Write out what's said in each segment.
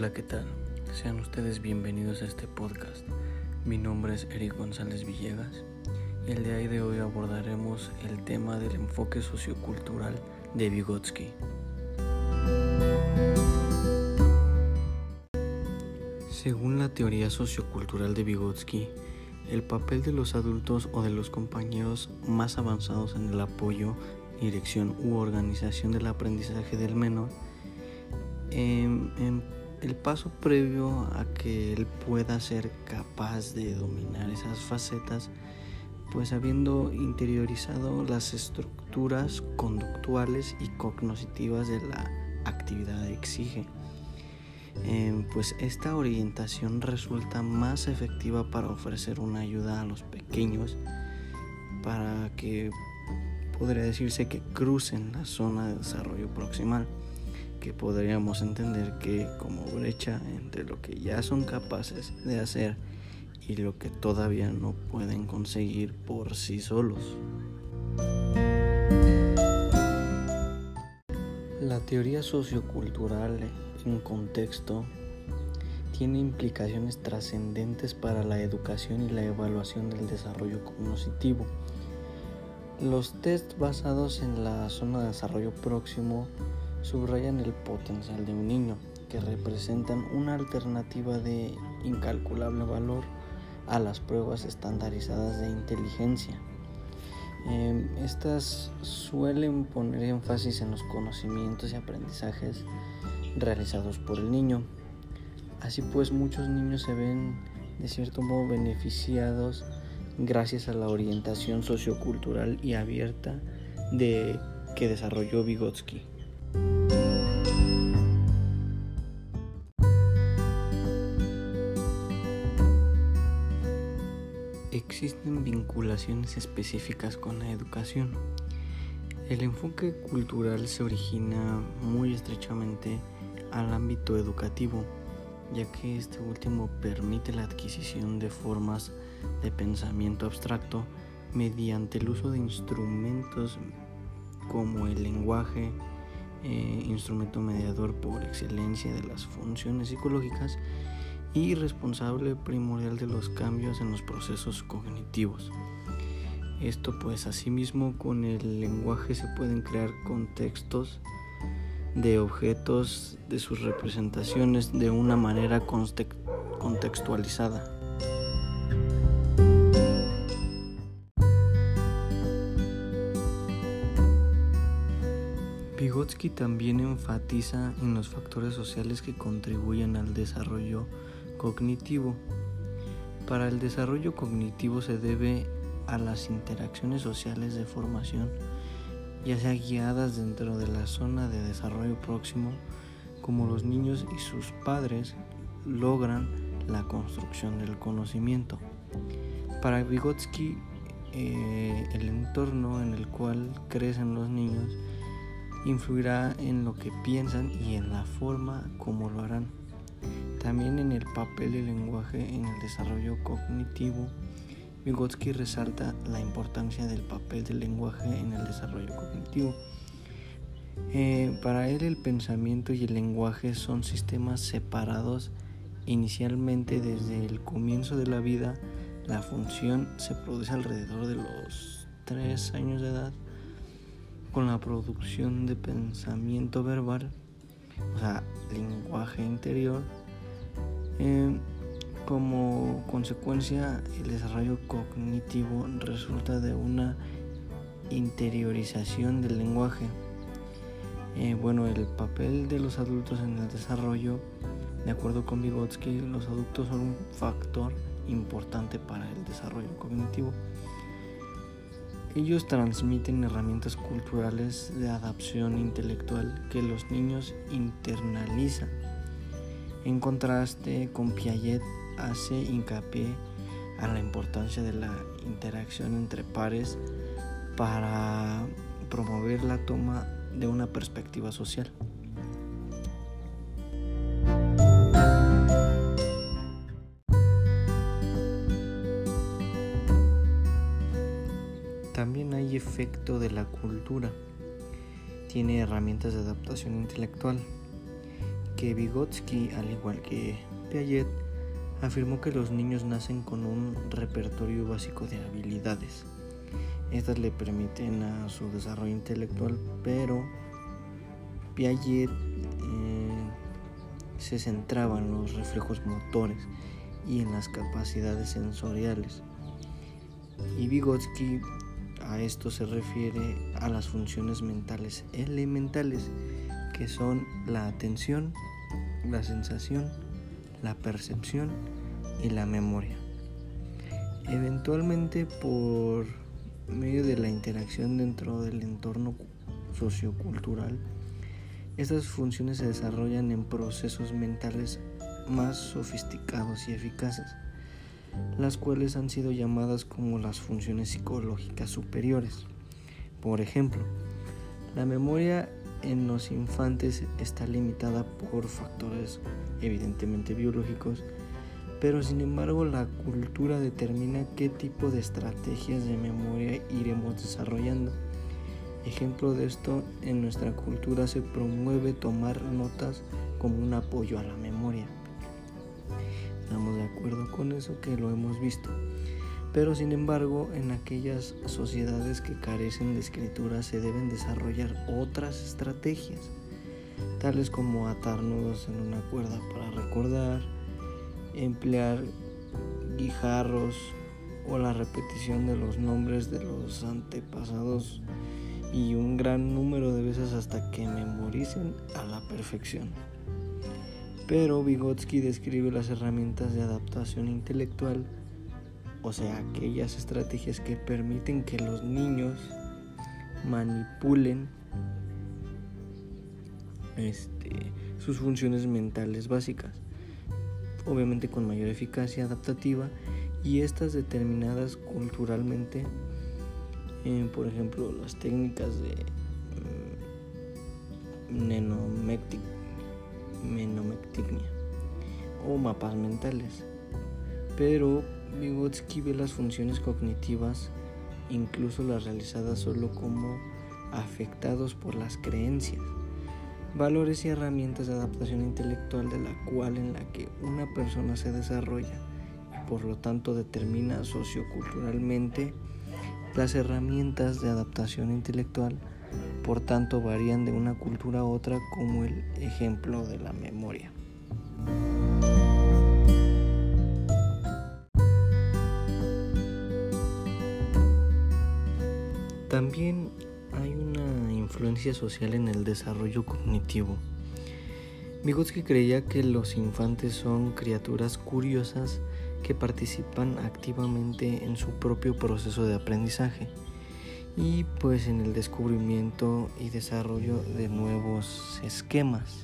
Hola, ¿qué tal? Sean ustedes bienvenidos a este podcast. Mi nombre es Eric González Villegas y el día de hoy abordaremos el tema del enfoque sociocultural de Vygotsky. Según la teoría sociocultural de Vygotsky, el papel de los adultos o de los compañeros más avanzados en el apoyo, dirección u organización del aprendizaje del menor, el paso previo a que él pueda ser capaz de dominar esas facetas, pues habiendo interiorizado las estructuras conductuales y cognitivas de la actividad exige, pues esta orientación resulta más efectiva para ofrecer una ayuda a los pequeños para que podría decirse que crucen la zona de desarrollo proximal, que podríamos entender que como brecha entre lo que ya son capaces de hacer y lo que todavía no pueden conseguir por sí solos. La teoría sociocultural en contexto tiene implicaciones trascendentes para la educación y la evaluación del desarrollo cognitivo. Los tests basados en la zona de desarrollo próximo subrayan el potencial de un niño, que representan una alternativa de incalculable valor a las pruebas estandarizadas de inteligencia. Estas suelen poner énfasis en los conocimientos y aprendizajes realizados por el niño. Así pues, muchos niños se ven de cierto modo beneficiados gracias a la orientación sociocultural y abierta que desarrolló Vygotsky. Existen vinculaciones específicas con la educación. El enfoque cultural se origina muy estrechamente al ámbito educativo, ya que este último permite la adquisición de formas de pensamiento abstracto mediante el uso de instrumentos como el lenguaje, instrumento mediador por excelencia de las funciones psicológicas y responsable primordial de los cambios en los procesos cognitivos. Esto pues asimismo con el lenguaje se pueden crear contextos de objetos de sus representaciones de una manera contextualizada. Vygotsky también enfatiza en los factores sociales que contribuyen al desarrollo cognitivo. Para el desarrollo cognitivo se debe a las interacciones sociales de formación, ya sea guiadas dentro de la zona de desarrollo próximo, como los niños y sus padres logran la construcción del conocimiento. Para Vygotsky, el entorno en el cual crecen los niños influirá en lo que piensan y en la forma como lo harán. También en el papel del lenguaje en el desarrollo cognitivo, Vygotsky resalta la importancia del papel del lenguaje en el desarrollo cognitivo. Para él el pensamiento y el lenguaje son sistemas separados. Inicialmente, desde el comienzo de la vida, la función se produce alrededor de los 3 años de edad, con la producción de pensamiento verbal, o sea, lenguaje interior. Como consecuencia, el desarrollo cognitivo resulta de una interiorización del lenguaje. El papel de los adultos en el desarrollo, de acuerdo con Vygotsky, los adultos son un factor importante para el desarrollo cognitivo. Ellos transmiten herramientas culturales de adaptación intelectual que los niños internalizan. En contraste con Piaget, hace hincapié a la importancia de la interacción entre pares para promover la toma de una perspectiva social. También hay efecto de la cultura. Tiene herramientas de adaptación intelectual que Vygotsky, al igual que Piaget, afirmó que los niños nacen con un repertorio básico de habilidades. Estas le permiten a su desarrollo intelectual, pero Piaget se centraba en los reflejos motores y en las capacidades sensoriales. Y Vygotsky a esto se refiere a las funciones mentales elementales, que son la atención, la sensación, la percepción y la memoria. Eventualmente, por medio de la interacción dentro del entorno sociocultural, estas funciones se desarrollan en procesos mentales más sofisticados y eficaces, las cuales han sido llamadas como las funciones psicológicas superiores. Por ejemplo, la memoria en los infantes está limitada por factores evidentemente biológicos, pero sin embargo la cultura determina qué tipo de estrategias de memoria iremos desarrollando. Ejemplo de esto, en nuestra cultura se promueve tomar notas como un apoyo a la memoria. Estamos de acuerdo con eso, que lo hemos visto. Pero sin embargo, en aquellas sociedades que carecen de escritura se deben desarrollar otras estrategias, tales como atar nudos en una cuerda para recordar, emplear guijarros o la repetición de los nombres de los antepasados y un gran número de veces hasta que memoricen a la perfección. Pero Vygotsky describe las herramientas de adaptación intelectual, o sea, aquellas estrategias que permiten que los niños manipulen sus funciones mentales básicas, obviamente con mayor eficacia adaptativa, y estas determinadas culturalmente, por ejemplo, las técnicas de mnemotecnia o mapas mentales. Pero Vygotsky ve las funciones cognitivas, incluso las realizadas solo, como afectados por las creencias, valores y herramientas de adaptación intelectual en la que una persona se desarrolla y por lo tanto determina socioculturalmente. Las herramientas de adaptación intelectual, por tanto, varían de una cultura a otra, como el ejemplo de la memoria. También hay una influencia social en el desarrollo cognitivo. Vygotsky creía que los infantes son criaturas curiosas que participan activamente en su propio proceso de aprendizaje y pues en el descubrimiento y desarrollo de nuevos esquemas.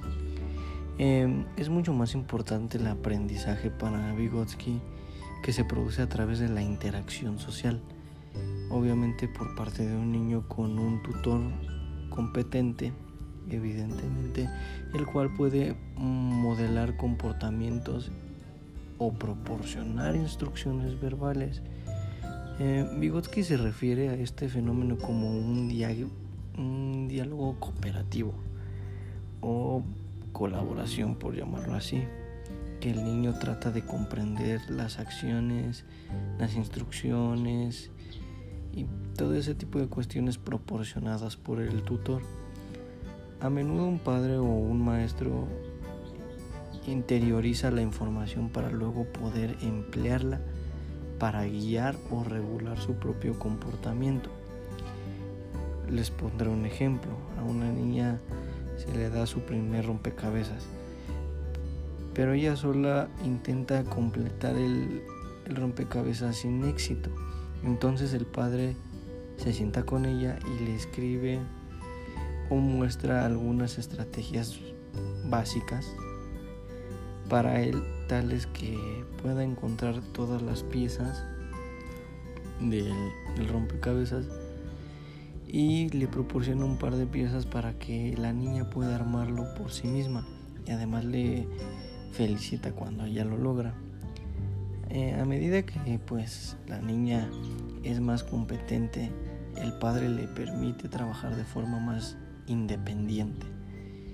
Es mucho más importante el aprendizaje para Vygotsky, que se produce a través de la interacción social, obviamente por parte de un niño con un tutor competente, evidentemente, el cual puede modelar comportamientos o proporcionar instrucciones verbales. Vygotsky se refiere a este fenómeno como un diálogo cooperativo o colaboración, por llamarlo así, que el niño trata de comprender las acciones, las instrucciones y todo ese tipo de cuestiones proporcionadas por el tutor. A menudo un padre o un maestro interioriza la información para luego poder emplearla para guiar o regular su propio comportamiento. Les pondré un ejemplo. A una niña se le da su primer rompecabezas, pero ella sola intenta completar el rompecabezas sin éxito. Entonces el padre se sienta con ella y le escribe o muestra algunas estrategias básicas para él, tales que pueda encontrar todas las piezas del rompecabezas, y le proporciona un par de piezas para que la niña pueda armarlo por sí misma, y además le felicita cuando ella lo logra. A medida que pues la niña es más competente, el padre le permite trabajar de forma más independiente.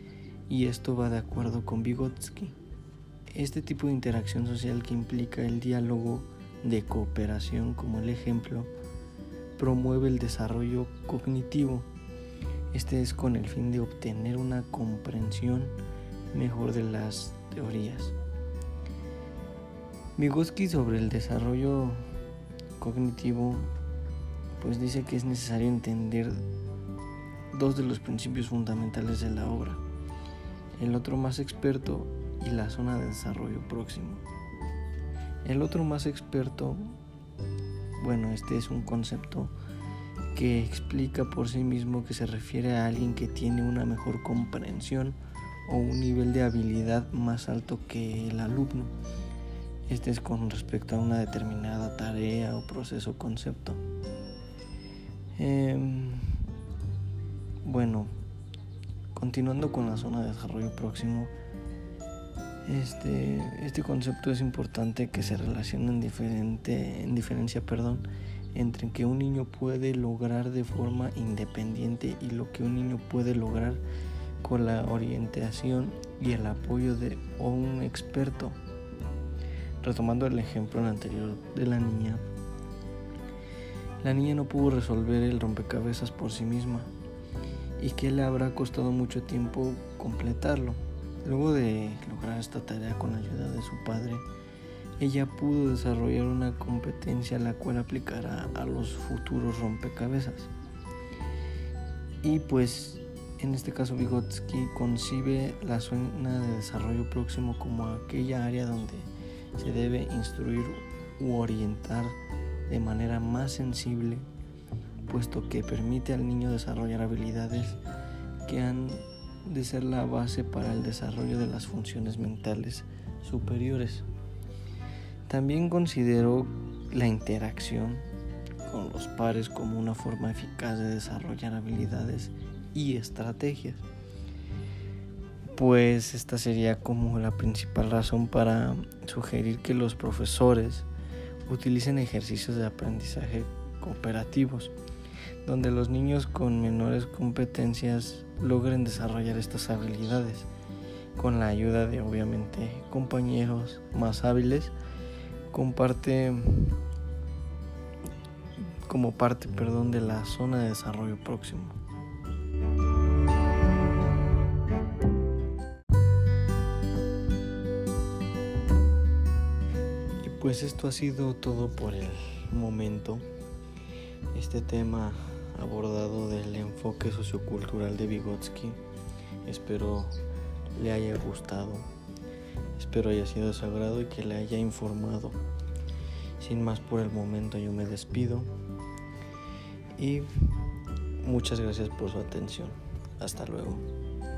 y esto va de acuerdo con Vygotsky. Este tipo de interacción social que implica el diálogo de cooperación como el ejemplo, promueve el desarrollo cognitivo. Este es con el fin de obtener una comprensión mejor de las teorías. Vygotsky sobre el desarrollo cognitivo pues dice que es necesario entender dos de los principios fundamentales de la obra: el otro más experto y la zona de desarrollo próximo. El otro más experto, este es un concepto que explica por sí mismo que se refiere a alguien que tiene una mejor comprensión o un nivel de habilidad más alto que el alumno. Este es con respecto a una determinada tarea o proceso o concepto. Continuando con la zona de desarrollo próximo, este concepto es importante que se relaciona en diferencia entre que un niño puede lograr de forma independiente y lo que un niño puede lograr con la orientación y el apoyo de un experto. Retomando el ejemplo anterior de la niña no pudo resolver el rompecabezas por sí misma y que le habrá costado mucho tiempo completarlo. Luego de lograr esta tarea con la ayuda de su padre, ella pudo desarrollar una competencia la cual aplicará a los futuros rompecabezas. Y pues en este caso Vygotsky concibe la zona de desarrollo próximo como aquella área donde se debe instruir u orientar de manera más sensible, puesto que permite al niño desarrollar habilidades que han de ser la base para el desarrollo de las funciones mentales superiores. También consideró la interacción con los pares como una forma eficaz de desarrollar habilidades y estrategias, pues esta sería como la principal razón para sugerir que los profesores utilicen ejercicios de aprendizaje cooperativos, donde los niños con menores competencias logren desarrollar estas habilidades con la ayuda de obviamente compañeros más hábiles como parte de la zona de desarrollo próximo. Y pues esto ha sido todo por el momento. Este tema abordado del enfoque sociocultural de Vygotsky, espero le haya gustado, espero haya sido de su agrado y que le haya informado. Sin más por el momento, yo me despido y muchas gracias por su atención. Hasta luego.